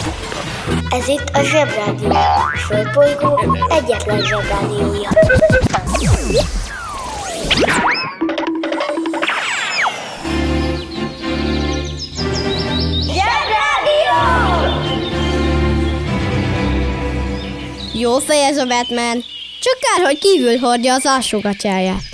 Ez itt a Zsebrádió, a Földbolygó egyetlen Zsebrádiója. Zsebrádió! Jó fej ez a Batman, csak kár, hogy kívül hordja az alsógatyáját.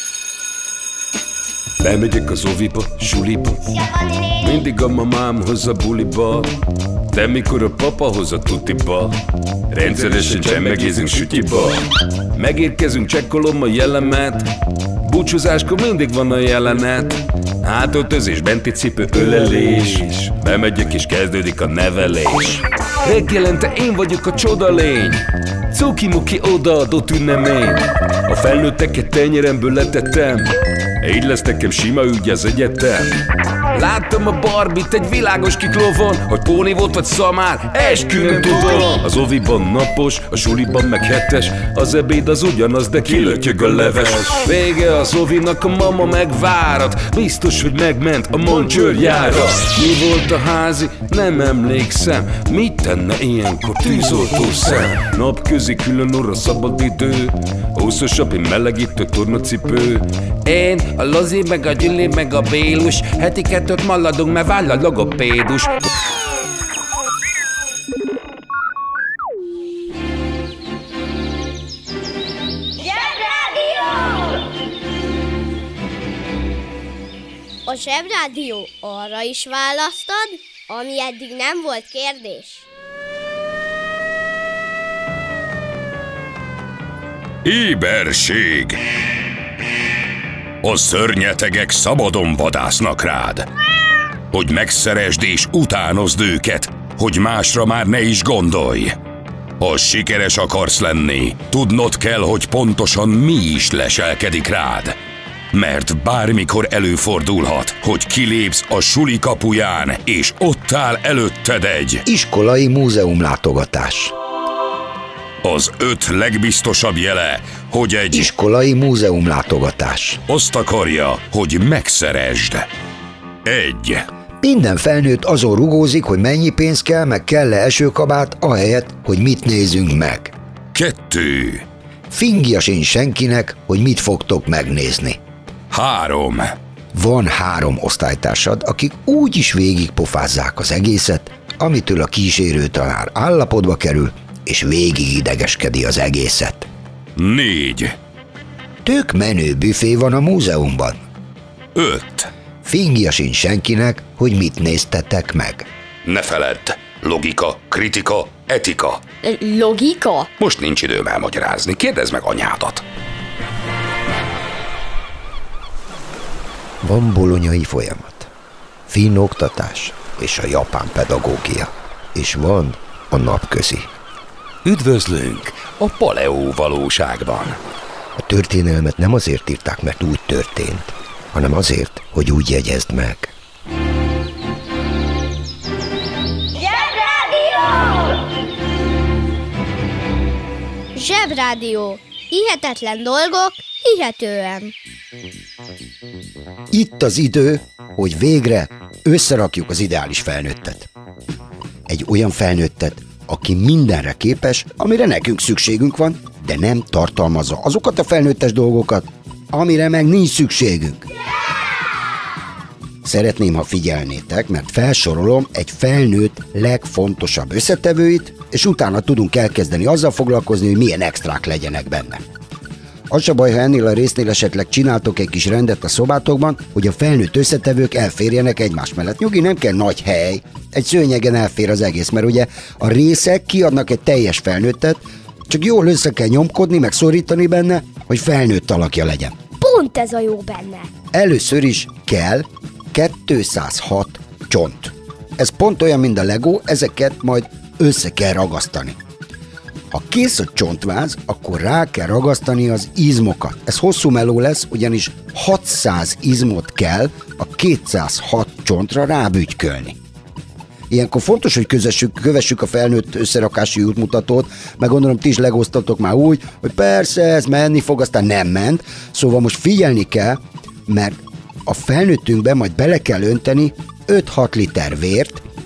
Bemegyek az oviba, suliba, mindig a mamám hoz a buliba, de mikor a papa hoz a tutiba, rendszeresen csemmegézünk sütyiba. Megérkezünk, csekkolom a jellemet, búcsúzáskor mindig van a jelenet. Hátöltözés, benti cipő, ölelés, bemegyek és kezdődik a nevelés. Reggelente én vagyok a csoda lény, cuki-muki odaadott ünnemény. A felnőtteket tenyeremből letettem, így lesz nekem sima ügy az egyetem. Láttam a Barbit egy világos kiklovon, hogy póni volt vagy szamár, eskü nem tudom. Az oviban napos, a suliban meg hetes, az ebéd az ugyanaz, de kilötyög a leves. Vége az ovinak, a mama megvárat, biztos, hogy megment a moncsőrjára. Mi volt a házi? Nem emlékszem, mit tenne ilyenkor tűzoltó szem? Napközi külön orra szabad idő, húszosabb, én melegítő tornacipő. Én, a Lozi, meg a Gyüli, meg a Bélus, heti kettőt maladunk, mert váll a logopédus. A Zsebrádió arra is választad, ami eddig nem volt kérdés. Éberség! A szörnyetegek szabadon vadásznak rád, hogy megszeresd és utánozd őket, hogy másra már ne is gondolj. Ha sikeres akarsz lenni, tudnod kell, hogy pontosan mi is leselkedik rád. Mert bármikor előfordulhat, hogy kilépsz a suli kapuján, és ott áll előtted egy iskolai múzeumlátogatás. Az 5 legbiztosabb jele, hogy egy iskolai múzeumlátogatás azt akarja, hogy megszeresd. 1. Minden felnőtt azon rugózik, hogy mennyi pénz kell, meg kell-e esőkabát, ahelyett, hogy mit nézünk meg. 2. Fingja sincs senkinek, hogy mit fogtok megnézni. 3. Van 3 osztálytársad, akik úgy is végigpofázzák az egészet, amitől a kísérő tanár állapotba kerül, és végig idegeskedi az egészet. 4. Tök menő büfé van a múzeumban. 5. Fingja sincs senkinek, hogy mit néztetek meg. Ne feledd, logika, kritika, etika. Logika? Most nincs időm elmagyarázni, kérdezd meg anyádat. Van bolonyai folyamat, finn oktatás és a japán pedagógia, és van a napközi. Üdvözlünk a paleó valóságban. A történelmet nem azért írták, mert úgy történt, hanem azért, hogy úgy jegyezd meg. Zsebrádió! Zsebrádió. Hihetetlen dolgok, hihetően. Itt az idő, hogy végre összerakjuk az ideális felnőttet. Egy olyan felnőttet, aki mindenre képes, amire nekünk szükségünk van, de nem tartalmazza azokat a felnőttes dolgokat, amire meg nincs szükségünk. Szeretném, ha figyelnétek, mert felsorolom egy felnőtt legfontosabb összetevőit, és utána tudunk elkezdeni azzal foglalkozni, hogy milyen extrák legyenek benne. Az se baj, ha ennél a résznél esetleg csináltok egy kis rendet a szobátokban, hogy a felnőtt összetevők elférjenek egymás mellett. Nyugi, nem kell nagy hely, egy szőnyegen elfér az egész, mert ugye a részek kiadnak egy teljes felnőttet, csak jól össze kell nyomkodni, meg szorítani benne, hogy felnőtt alakja legyen. Pont ez a jó benne. Először is kell 206 csont. Ez pont olyan, mint a Lego, ezeket majd össze kell ragasztani. Ha kész a csontváz, akkor rá kell ragasztani az izmokat. Ez hosszú meló lesz, ugyanis 600 izmot kell a 206 csontra rábügykölni. Ilyenkor fontos, hogy kövessük a felnőtt összerakási útmutatót, meg gondolom ti is legoztatok már úgy, hogy persze ez menni fog, aztán nem ment. Szóval most figyelni kell, mert a felnőttünkben majd bele kell önteni 5-6 liter vért,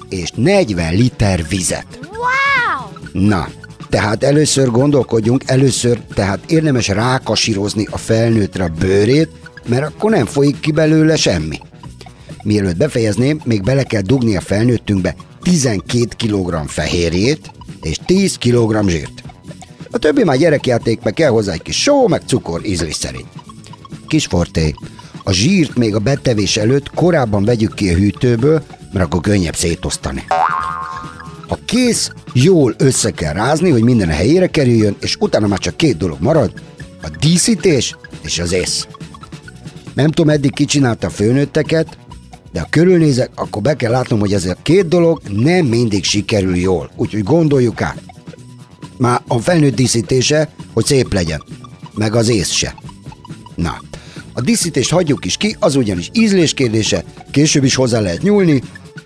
és 40 liter vizet. Wow! Na, tehát először gondolkodjunk, tehát érdemes rákasírozni a felnőttre a bőrét, mert akkor nem folyik ki belőle semmi. Mielőtt befejezném, még bele kell dugni a felnőttünkbe 12 kg fehérjét és 10 kg zsírt. A többi már gyerekjáték, meg kell hozzá egy kis só, meg cukor ízlés szerint. Kis forté, a zsírt még a betevés előtt korábban vegyük ki a hűtőből, mert akkor könnyebb szétosztani. A kész jól össze kell rázni, hogy minden a helyére kerüljön, és utána már csak 2 dolog marad, a díszítés és az ész. Nem tudom, eddig ki csinálta a főnőtteket, de ha körülnézek, akkor be kell látnom, hogy ez a 2 dolog nem mindig sikerül jól, úgyhogy gondoljuk át. Már a felnőtt díszítése, hogy szép legyen, meg az ész se. Na, a díszítést hagyjuk is ki, az ugyanis ízlés kérdése, később is hozzá lehet nyúlni,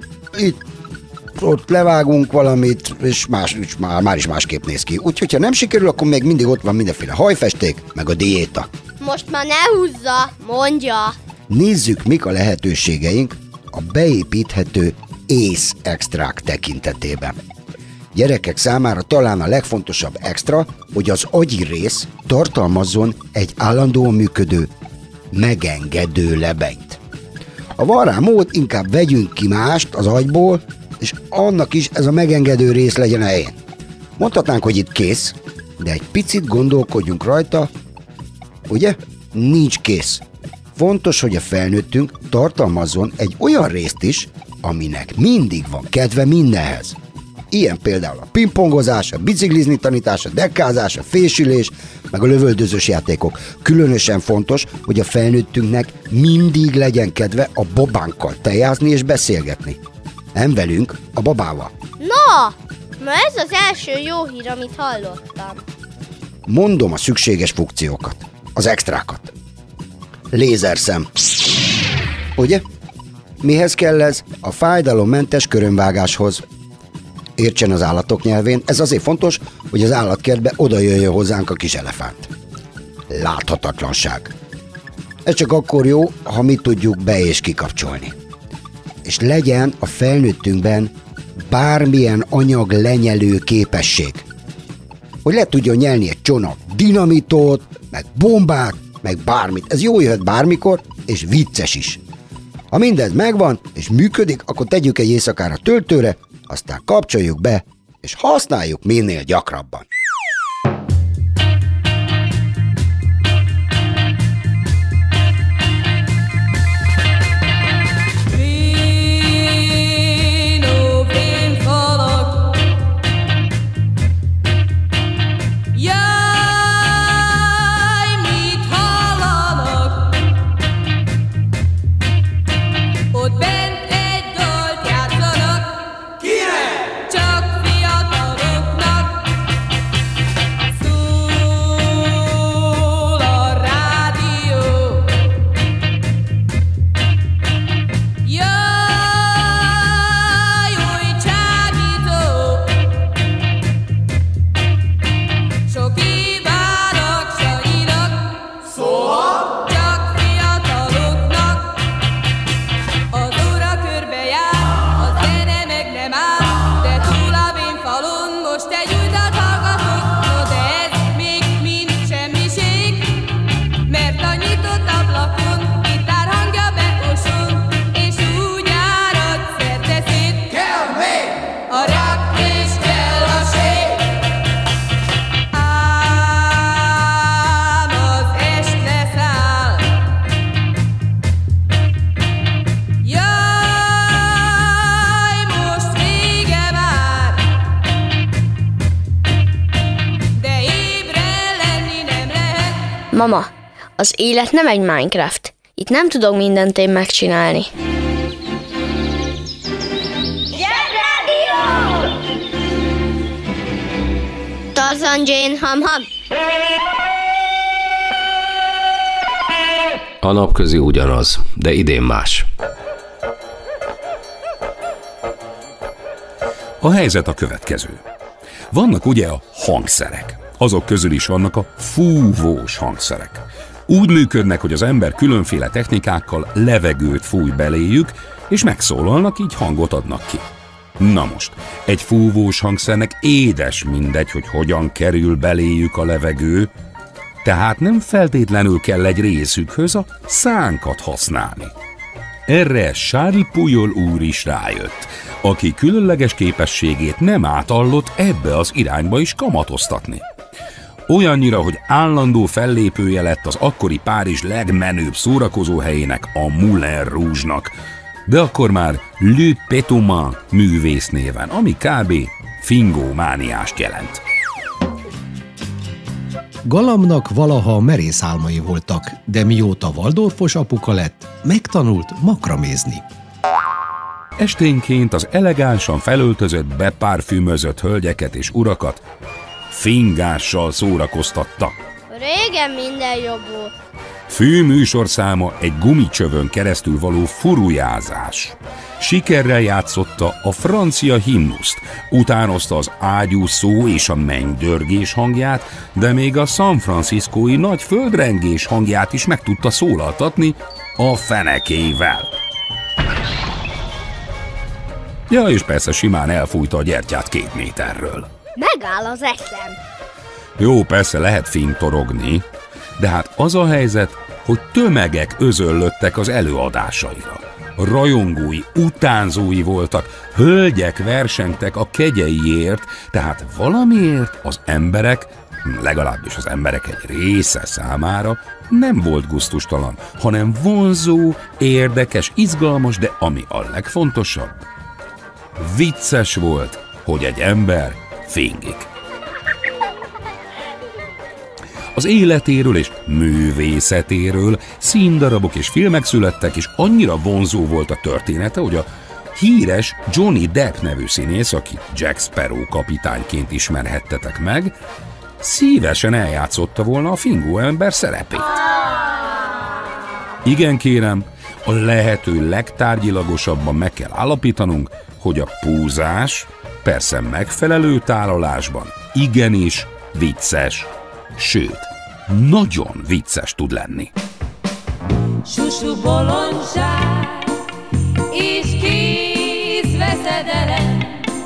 ott levágunk valamit, és már is másképp néz ki. Úgyhogy ha nem sikerül, akkor még mindig ott van mindenféle hajfesték, meg a diéta. Most már ne húzza, mondja. Nézzük, mik a lehetőségeink a beépíthető ész extrák tekintetében. Gyerekek számára talán a legfontosabb extra, hogy az agyi rész tartalmazzon egy állandóan működő, megengedő lebenyt. Ha van rá mód, inkább vegyünk ki mást az agyból, és annak is ez a megengedő rész legyen a helyén. Mondhatnánk, hogy itt kész, de egy picit gondolkodjunk rajta, ugye? Nincs kész. Fontos, hogy a felnőttünk tartalmazzon egy olyan részt is, aminek mindig van kedve mindenhez. Ilyen például a pingpongozás, a biciklizni tanítás, a dekkázás, a fésülés, meg a lövöldözős játékok. Különösen fontos, hogy a felnőttünknek mindig legyen kedve a babánkkal tejázni és beszélgetni. Nem velünk, a babával. Na, ez az első jó hír, amit hallottam. Mondom a szükséges funkciókat, az extrákat. Lézerszem. Ugye? Mihez kell ez? A fájdalommentes körömvágáshoz. Értsen az állatok nyelvén, ez azért fontos, hogy az állatkertbe oda jöjjön hozzánk a kis elefánt. Láthatatlanság. Ez csak akkor jó, ha mi tudjuk be- és kikapcsolni. És legyen a felnőttünkben bármilyen anyag lenyelő képesség. Hogy le tudjon nyelni egy csomag dinamitot, meg bombát, meg bármit. Ez jó jöhet bármikor, és vicces is. Ha mindez megvan, és működik, akkor tegyük egy éjszakára töltőre, aztán kapcsoljuk be, és használjuk minél gyakrabban. Mama, az élet nem egy Minecraft. Itt nem tudok mindent én megcsinálni. Zsebrádió! Tarzan, Jane, ham-ham. A napközi ugyanaz, de idén más. A helyzet a következő. Vannak ugye a hangszerek. Azok közül is vannak a fúvós hangszerek. Úgy működnek, hogy az ember különféle technikákkal levegőt fúj beléjük, és megszólalnak, így hangot adnak ki. Na most, egy fúvós hangszernek édes mindegy, hogy hogyan kerül beléjük a levegő, tehát nem feltétlenül kell egy részükhöz a szánkat használni. Erre Charles Pujol úr is rájött, aki különleges képességét nem átallott ebbe az irányba is kamatoztatni. Olyannyira, hogy állandó fellépője lett az akkori Párizs legmenőbb szórakozóhelyének, a Moulin Rouge-nak, de akkor már Le Pétomane művész néven, ami kb. Fingómániást jelent. Galamnak valaha merész álmai voltak, de mióta Waldorfos apuka lett, megtanult makramézni. Esténként az elegánsan felöltözött, bepárfümözött hölgyeket és urakat fingással szórakoztatta. Régen minden jobb volt. Fő műsorszáma egy gumicsövön keresztül való furujázás. Sikerrel játszotta a francia himnuszt, utánozta az ágyúszó és a mennydörgés hangját, de még a San Franciscói nagy földrengés hangját is meg tudta szólaltatni a fenekével. Ja, és persze simán elfújta a gyertyát 2 méterről. Megáll az eszem. Jó, persze lehet fintorogni, de hát az a helyzet, hogy tömegek özöllöttek az előadásaira. Rajongói, utánzói voltak, hölgyek versengtek a kegyeiért, tehát valamiért az emberek, legalábbis az emberek egy része számára nem volt gusztustalan, hanem vonzó, érdekes, izgalmas, de ami a legfontosabb, vicces volt, hogy egy ember fingik. Az életéről és művészetéről színdarabok és filmek születtek, és annyira vonzó volt a története, hogy a híres Johnny Depp nevű színész, aki Jack Sparrow kapitányként ismerhettetek meg, szívesen eljátszotta volna a fingó ember szerepét. Igen kérem, a lehető legtárgyilagosabban meg kell állapítanunk, hogy a púzás, persze megfelelő tálalásban, igenis vicces, sőt, nagyon vicces tud lenni. Susu bolondság és kész veszedelem.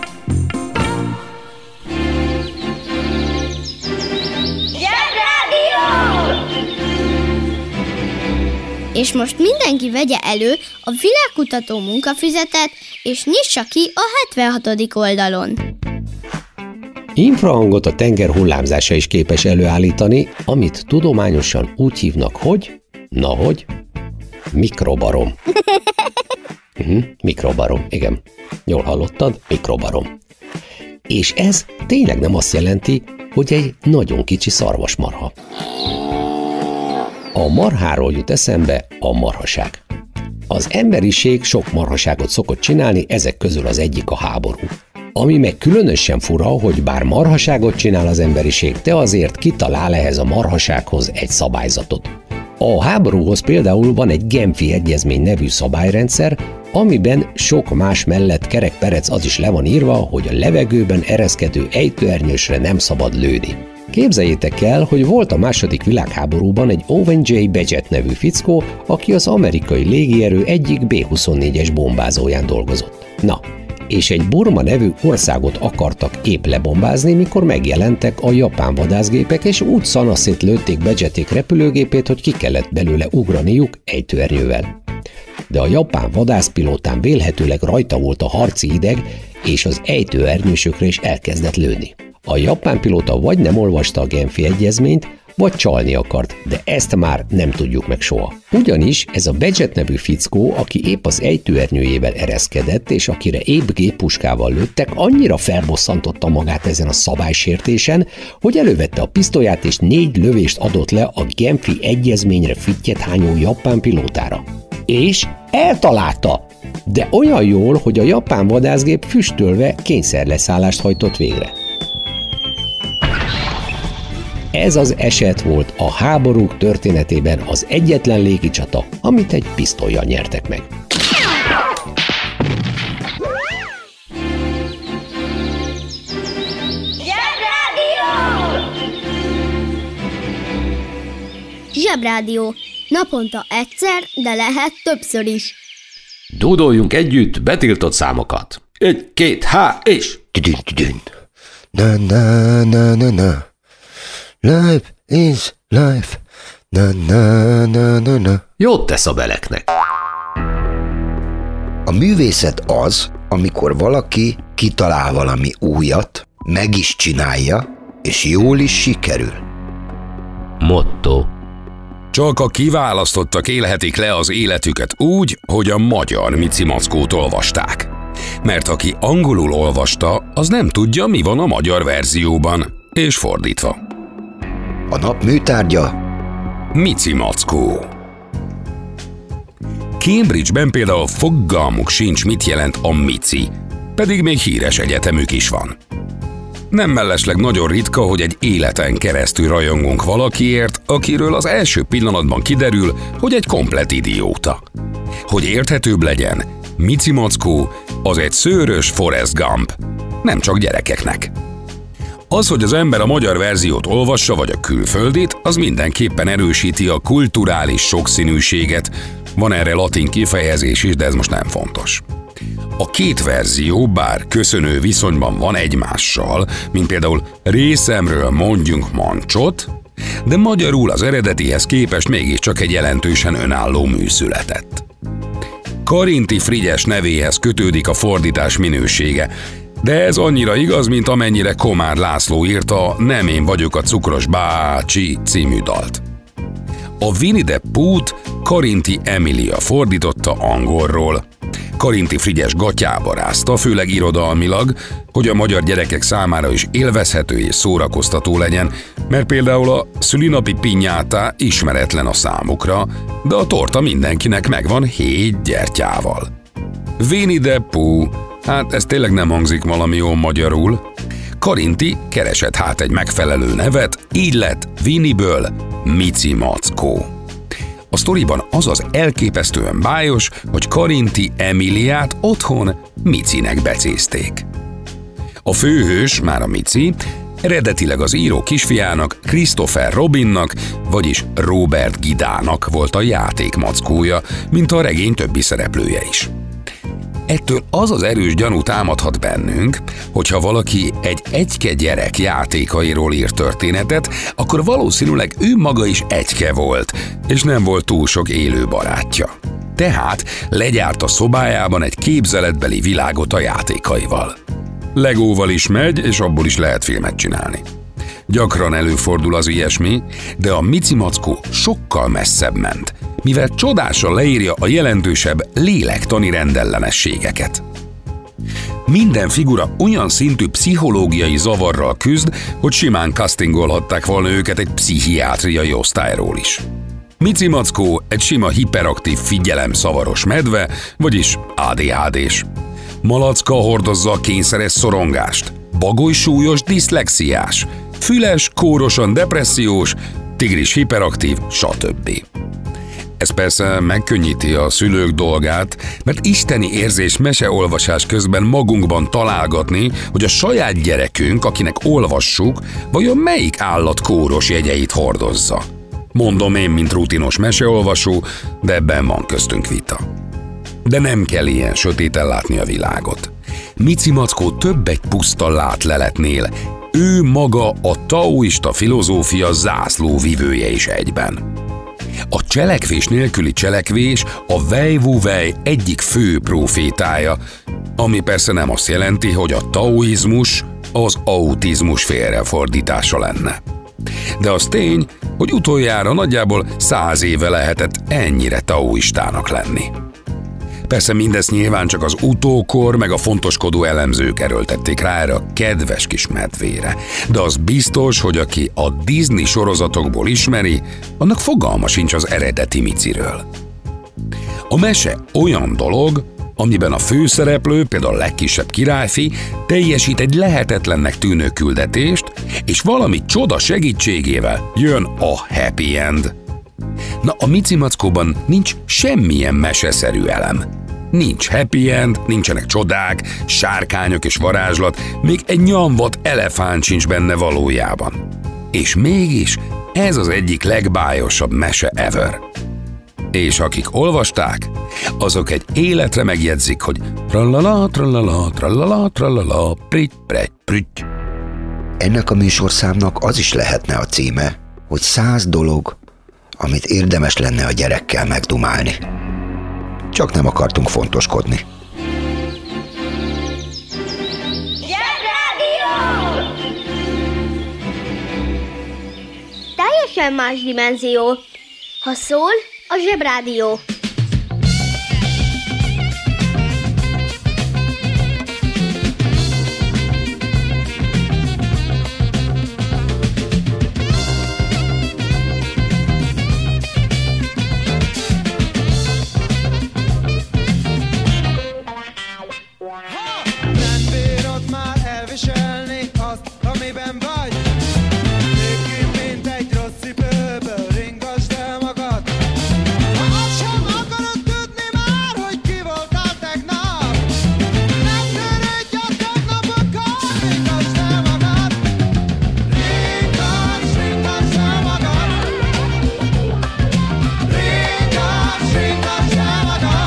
És most mindenki vegye elő a világkutató munkafüzetet, és nyissa ki a 76. oldalon. Infrahangot a tenger hullámzása is képes előállítani, amit tudományosan úgy hívnak, hogy... Nahogy? Mikrobarom. Mikrobarom, igen. Jól hallottad? Mikrobarom. És ez tényleg nem azt jelenti, hogy egy nagyon kicsi szarvasmarha. A marháról jut eszembe a marhaság. Az emberiség sok marhaságot szokott csinálni, ezek közül az egyik a háború. Ami meg különösen fura, hogy bár marhaságot csinál az emberiség, de azért kitalál ehhez a marhasághoz egy szabályzatot. A háborúhoz például van egy Genfi Egyezmény nevű szabályrendszer, amiben sok más mellett kerekperec az is le van írva, hogy a levegőben ereszkedő ejtőernyősre nem szabad lőni. Képzeljétek el, hogy volt a második világháborúban egy Owen J. Badgett nevű fickó, aki az amerikai légierő egyik B-24-es bombázóján dolgozott. Na, és egy Burma nevű országot akartak épp lebombázni, mikor megjelentek a japán vadászgépek, és úgy szanaszét lőtték Badgették repülőgépét, hogy ki kellett belőle ugraniuk ejtőernyővel. De a japán vadászpilótán vélhetőleg rajta volt a harci ideg, és az ejtőernyősökre is elkezdett lőni. A japán pilóta vagy nem olvasta a Genfi Egyezményt, vagy csalni akart, de ezt már nem tudjuk meg soha. Ugyanis ez a Badgett nevű fickó, aki épp az ejtőernyőjével ereszkedett, és akire épp géppuskával lőttek, annyira felbosszantotta magát ezen a szabálysértésen, hogy elővette a pisztolyát, és 4 lövést adott le a Genfi Egyezményre fittyet hányó japán pilótára. És eltalálta! De olyan jól, hogy a japán vadászgép füstölve kényszerleszállást hajtott végre. Ez az eset volt a háborúk történetében az egyetlen légicsata, amit egy pisztollyal nyertek meg. Zsebrádió. Naponta egyszer, de lehet többször is. Dúdoljunk együtt betiltott számokat. 1, 2, há, és... Tüdün. Na, na, na, na, na. Life is life. Na, na, na, na, na. Jót tesz a beleknek. A művészet az, amikor valaki kitalál valami újat, meg is csinálja, és jól is sikerül. Motto. Csak a kiválasztottak élhetik le az életüket úgy, hogy a magyar Mici Mackót olvasták. Mert aki angolul olvasta, az nem tudja, mi van a magyar verzióban, és fordítva. A nap műtárgya Mici Mackó. Cambridge-ben például fogalmuk sincs, mit jelent a mici, pedig még híres egyetemük is van. Nem mellesleg nagyon ritka, hogy egy életen keresztül rajongunk valakiért, akiről az első pillanatban kiderül, hogy egy komplett idióta. Hogy érthetőbb legyen, Mici Mackó az egy szőrös Forrest Gump, nem csak gyerekeknek. Az, hogy az ember a magyar verziót olvassa, vagy a külföldit, az mindenképpen erősíti a kulturális sokszínűséget. Van erre latin kifejezés is, de ez most nem fontos. A két verzió, bár köszönő viszonyban van egymással, mint például részemről mondjunk mancsot, de magyarul az eredetihez képest mégiscsak egy jelentősen önálló mű született. Karinti Frigyes nevéhez kötődik a fordítás minősége, de ez annyira igaz, mint amennyire Komár László írta Nem én vagyok a cukros bácsi című dalt. A Winnie the Pooh-t Karinti Emilia fordította angolról. Karinti Frigyes gatyába rázta, főleg irodalmilag, hogy a magyar gyerekek számára is élvezhető és szórakoztató legyen, mert például a szülinapi piñata ismeretlen a számukra, de a torta mindenkinek megvan 7 gyertyával. Winnie the Pooh, hát ez tényleg nem hangzik valami jól magyarul. Karinti keresett hát egy megfelelő nevet, így lett Winnie-ből Mici Mackó. A sztoriban az elképesztően bájos, hogy Karinti Emiliát otthon Micinek becézték. A főhős, már a Mici, eredetileg az író kisfiának, Christopher Robinnak, vagyis Robert Gidának volt a játékmackója, mint a regény többi szereplője is. Ettől az erős gyanú támadhat bennünk, hogyha valaki egy egyke gyerek játékairól ír történetet, akkor valószínűleg ő maga is egyke volt, és nem volt túl sok élő barátja. Tehát legyárt a szobájában egy képzeletbeli világot a játékaival. Legóval is megy, és abból is lehet filmet csinálni. Gyakran előfordul az ilyesmi, de a Mici Mackó sokkal messzebb ment, mivel csodásan leírja a jelentősebb lélektani rendellenességeket. Minden figura olyan szintű pszichológiai zavarral küzd, hogy simán castingolhatták volna őket egy pszichiátriai osztályról is. Mici Mackó egy sima hiperaktív figyelemszavaros medve, vagyis ADHD-s. Malacka hordozza a kényszeres szorongást, Bagoly súlyos diszlexiás, Füles kórosan depressziós, Tigris hiperaktív, stb. Ez persze megkönnyíti a szülők dolgát, mert isteni érzés meseolvasás közben magunkban találgatni, hogy a saját gyerekünk, akinek olvassuk, vajon melyik állat kóros jegyeit hordozza. Mondom én, mint rutinos meseolvasó, de ebben van köztünk vita. De nem kell ilyen sötéten látni a világot. Mici Mackó több egy puszta látleletnél. Ő maga a taoista filozófia zászlóvivője is egyben. A cselekvés nélküli cselekvés a Wei Wu Wei egyik fő profétája, ami persze nem azt jelenti, hogy a taoizmus az autizmus félrefordítása lenne. De az tény, hogy utoljára nagyjából 100 éve lehetett ennyire taoistának lenni. Persze mindezt nyilván csak az utókor meg a fontoskodó elemzők erőltették rá erre a kedves kis medvére. De az biztos, hogy aki a Disney sorozatokból ismeri, annak fogalma sincs az eredeti Miciről. A mese olyan dolog, amiben a főszereplő, például a legkisebb királyfi, teljesít egy lehetetlennek tűnő küldetést, és valami csoda segítségével jön a happy end. Na, a Mici Mackóban nincs semmilyen meseszerű elem. Nincs happy end, nincsenek csodák, sárkányok és varázslat, még egy nyomvat elefánt sincs benne valójában. És mégis ez az egyik legbájosabb mese ever. És akik olvasták, azok egy életre megjegyzik, hogy trallala, trallala, trallala, trallala, pritty, pretty, prütty. Ennek a műsorszámnak az is lehetne a címe, hogy 100 dolog, amit érdemes lenne a gyerekkel megdumálni. Csak nem akartunk fontoskodni. Teljesen más dimenzió. Ha szól, a Zsebrádió. Nem bírod már elviselni azt, amiben vagy. Lépj mint egy rossz cipőből, ringasd el magad. Ha azt sem akarod tudni már, hogy ki voltál tegnap. Nem törődj a tegnapokkal, ringasd el magad. Ringasd el magad. Ringasd el magad.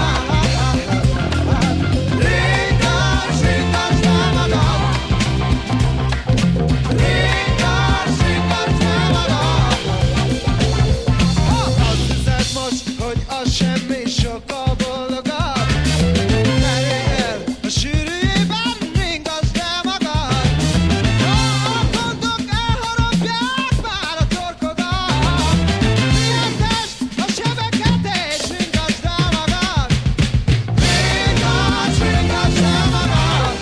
Semmi sokkal boldogabb. Merjél el a sűrűjében, ringasd el magad. Ha a gondok elharapják már a torkodat, vihetesd a sebeket és ringasd el magad. Ringasd el magad.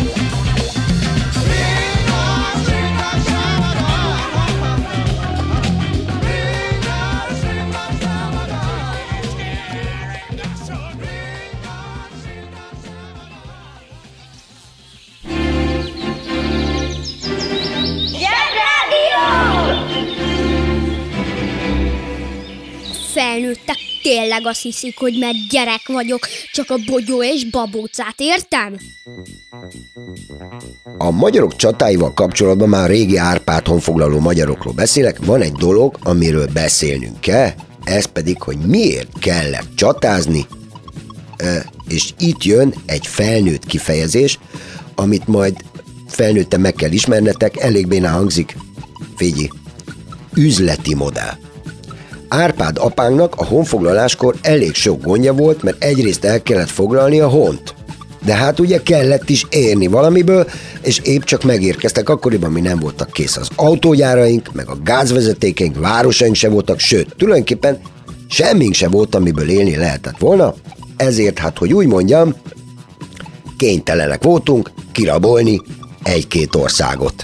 Ringasd el magad. Ringasd el magad. Felnőttek tényleg azt hiszik, hogy mert gyerek vagyok, csak a bogyó és babócát értem? A magyarok csatáival kapcsolatban már régi Árpád honfoglaló magyarokról beszélek, van egy dolog, amiről beszélnünk kell, ez pedig, hogy miért kellett csatázni, és itt jön egy felnőtt kifejezés, amit majd felnőtten meg kell ismernetek, elég bénán hangzik, figyelj, üzleti modell. Árpád apánknak a honfoglaláskor elég sok gondja volt, mert egyrészt el kellett foglalni a hont. De hát ugye kellett is érni valamiből, és épp csak megérkeztek akkoriban, mi nem voltak kész az autógyáraink, meg a gázvezetékeink, városaink se voltak, sőt, tulajdonképpen semmink se volt, amiből élni lehetett volna, ezért hát, hogy úgy mondjam, kénytelenek voltunk kirabolni egy-két országot.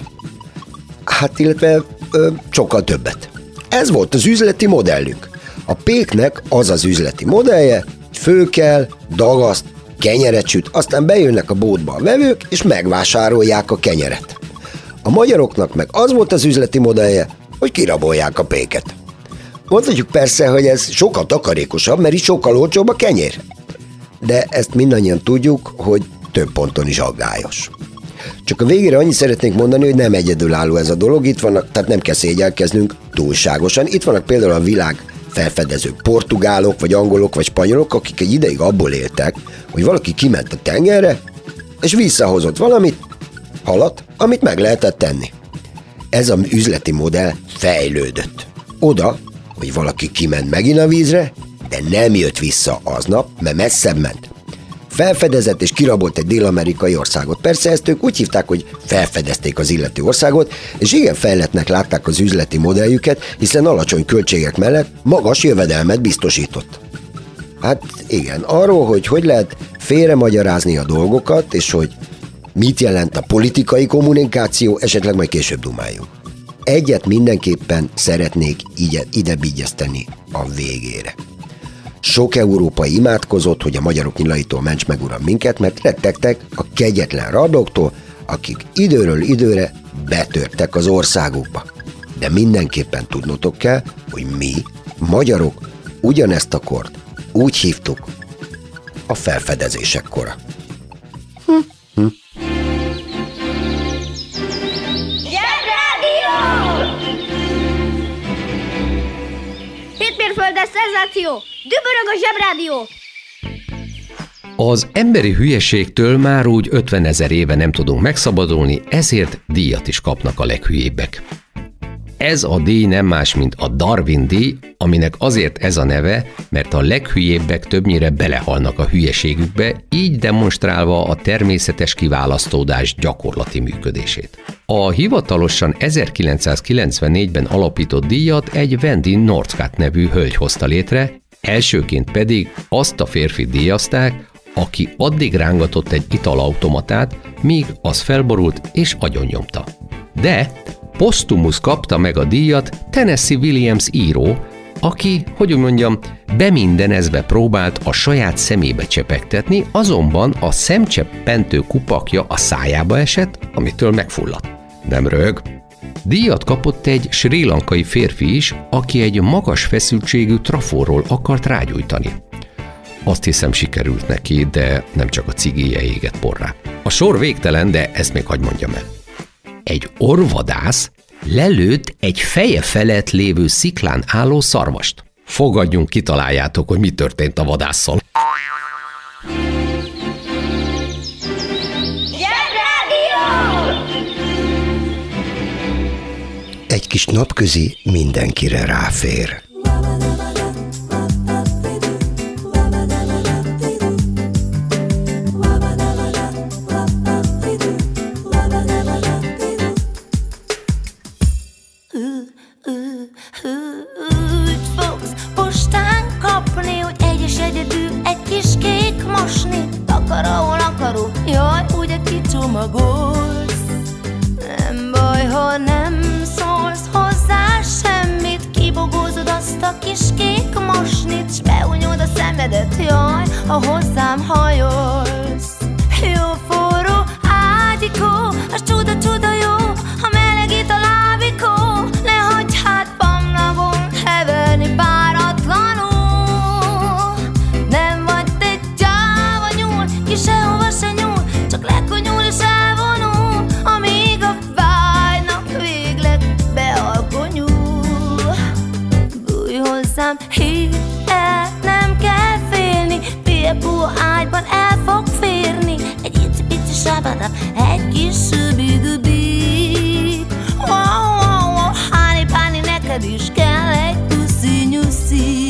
Hát, illetve sokkal többet. Ez volt az üzleti modellünk. A péknek az az üzleti modellje, hogy fölkel, dagaszt, kenyeret süt, aztán bejönnek a boltba a vevők, és megvásárolják a kenyeret. A magyaroknak meg az volt az üzleti modellje, hogy kirabolják a péket. Mondhatjuk persze, hogy ez sokkal takarékosabb, mert itt sokkal olcsóbb a kenyér. De ezt mindannyian tudjuk, hogy több ponton is aggályos. Csak a végére annyit szeretnénk mondani, hogy nem egyedülálló ez a dolog, itt vannak, tehát nem kell szégyelkeznünk túlságosan. Itt vannak például a világ felfedezők, portugálok, vagy angolok, vagy spanyolok, akik egy ideig abból éltek, hogy valaki kiment a tengerre, és visszahozott valamit, halat, amit meg lehetett tenni. Ez az üzleti modell fejlődött. Oda, hogy valaki kiment megint a vízre, de nem jött vissza aznap, mert messzebb ment. Felfedezett és kirabolt egy dél-amerikai országot. Persze ezt ők úgy hívták, hogy felfedezték az illető országot, és igen fejlettnek látták az üzleti modelljüket, hiszen alacsony költségek mellett magas jövedelmet biztosított. Hát igen, arról, hogy lehet félremagyarázni a dolgokat, és hogy mit jelent a politikai kommunikáció, esetleg majd később dumáljunk. Egyet mindenképpen szeretnék ide bigyezteni a végére. Sok európai imádkozott, hogy a magyarok nyilaitól ments meg, uram, minket, mert rettegtek a kegyetlen rablóktól, akik időről időre betörtek az országukba. De mindenképpen tudnotok kell, hogy mi, magyarok, ugyanezt a kort úgy hívtuk a felfedezések kora. Hétmérföldes Szenzáció! Dübörög a Zsebrádió! Az emberi hülyeségtől már úgy 50 000 éve nem tudunk megszabadulni, ezért díjat is kapnak a leghülyébbek. Ez a díj nem más, mint a Darwin-díj, aminek azért ez a neve, mert a leghülyébbek többnyire belehalnak a hülyeségükbe, így demonstrálva a természetes kiválasztódás gyakorlati működését. A hivatalosan 1994-ben alapított díjat egy Wendy Northcutt nevű hölgy hozta létre, elsőként pedig azt a férfit díjazták, aki addig rángatott egy italautomatát, míg az felborult és agyonnyomta. De posztumusz kapta meg a díjat Tennessee Williams író, aki, hogy úgy mondjam, bemindenezve próbált a saját szemébe csepegtetni, azonban a szemcseppentő kupakja a szájába esett, amitől megfulladt. Nem röhög. Díjat kapott egy srí lankai férfi is, aki egy magas feszültségű trafóról akart rágyújtani. Azt hiszem, sikerült neki, de nem csak a cigije égett porrá. A sor végtelen, de ezt még hadd mondjam el. Egy orvvadász lelőtt egy feje felett lévő sziklán álló szarvast. Fogadjunk, kitaláljátok, hogy mi történt a vadásszal. Egy kis napközi mindenkire ráfér. Úgy fogsz postán kapni, hogy egyes egyedül egy kis kék mosni. Takaró, jaj, ugye kicsomagolsz. Nem baj, ha nem szólsz hozzá semmit, kibogózod azt a kis kék mosnit, s beúnyod a szemedet, jaj, ha hozzám hajolsz. Jó forró ágyikó, az csuda jó, ha melegít a lábikó, ne hagyj hát pamlagon heverni páratlanul. Nem vagy te gyáva nyúl, ki sehova se nyúl, csak lekonyul és elvonul, amíg a vágynak végleg bealkonyul. Bújj hozzám, hidd el, nem kell félni, piepó ágyban el fog férni egy icipici sábada, egy kis szübi-gübi. Háni-páni, neked is kell egy puszi-nyuszi.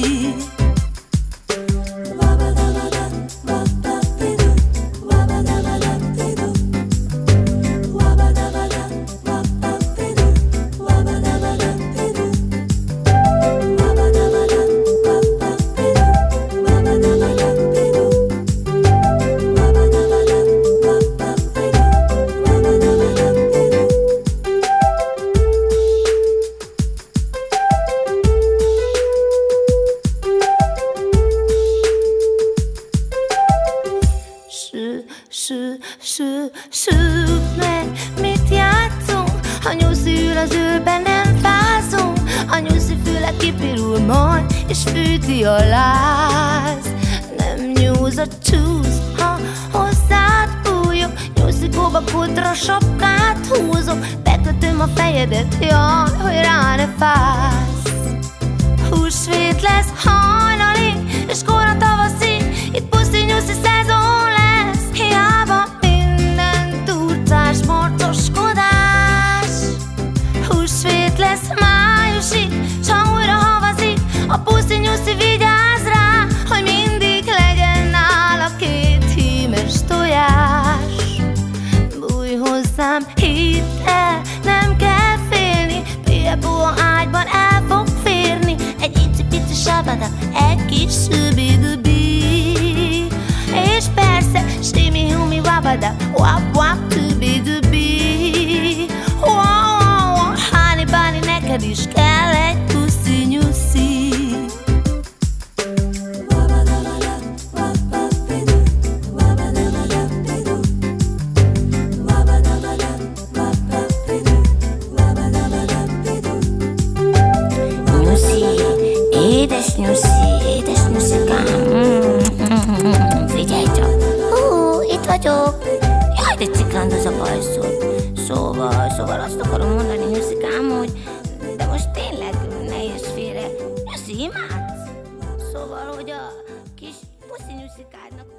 Süt meg, mit játszunk? A nyuszi ül az ülben, nem fázunk. A nyuszi füle kipirul majd, és fűti a láz. Nem nyúz a csúsz, ha hozzád bújok. Nyuszikóba kodra sapkát húzok, bekötöm a fejedet, jaj, hogy rá ne fáz. Húsvét lesz hajnalig, és kora tavaszig, itt puszi-nyuszi szezon lesz. Hiába minden turcás morcoskodás. Húsvét lesz májusig, s ha újra havazik, a puszi-nyuszi vigyáz rá, hogy mindig legyen nála 2 hímes tojás. Bújj hozzám, hidd el, nem kell félni, piepó ágyban el fog férni egy icipici sábada, egy kis szübi-gübi. És persze, simi-humi wabada, wap-wap tübi-gübi. Wow, háni-báni, neked is kell egy puszi-nyuszi. Édes nyuszikám, figyelj csak. Itt vagyok. Jaj, de ciklandoz a bajszod. Szóval azt akarom mondani, nyuszikám, hogy de most tényleg ne jössz félre. Nyuszi, imádsz? Szóval, hogy a kis puszinyuszikádnak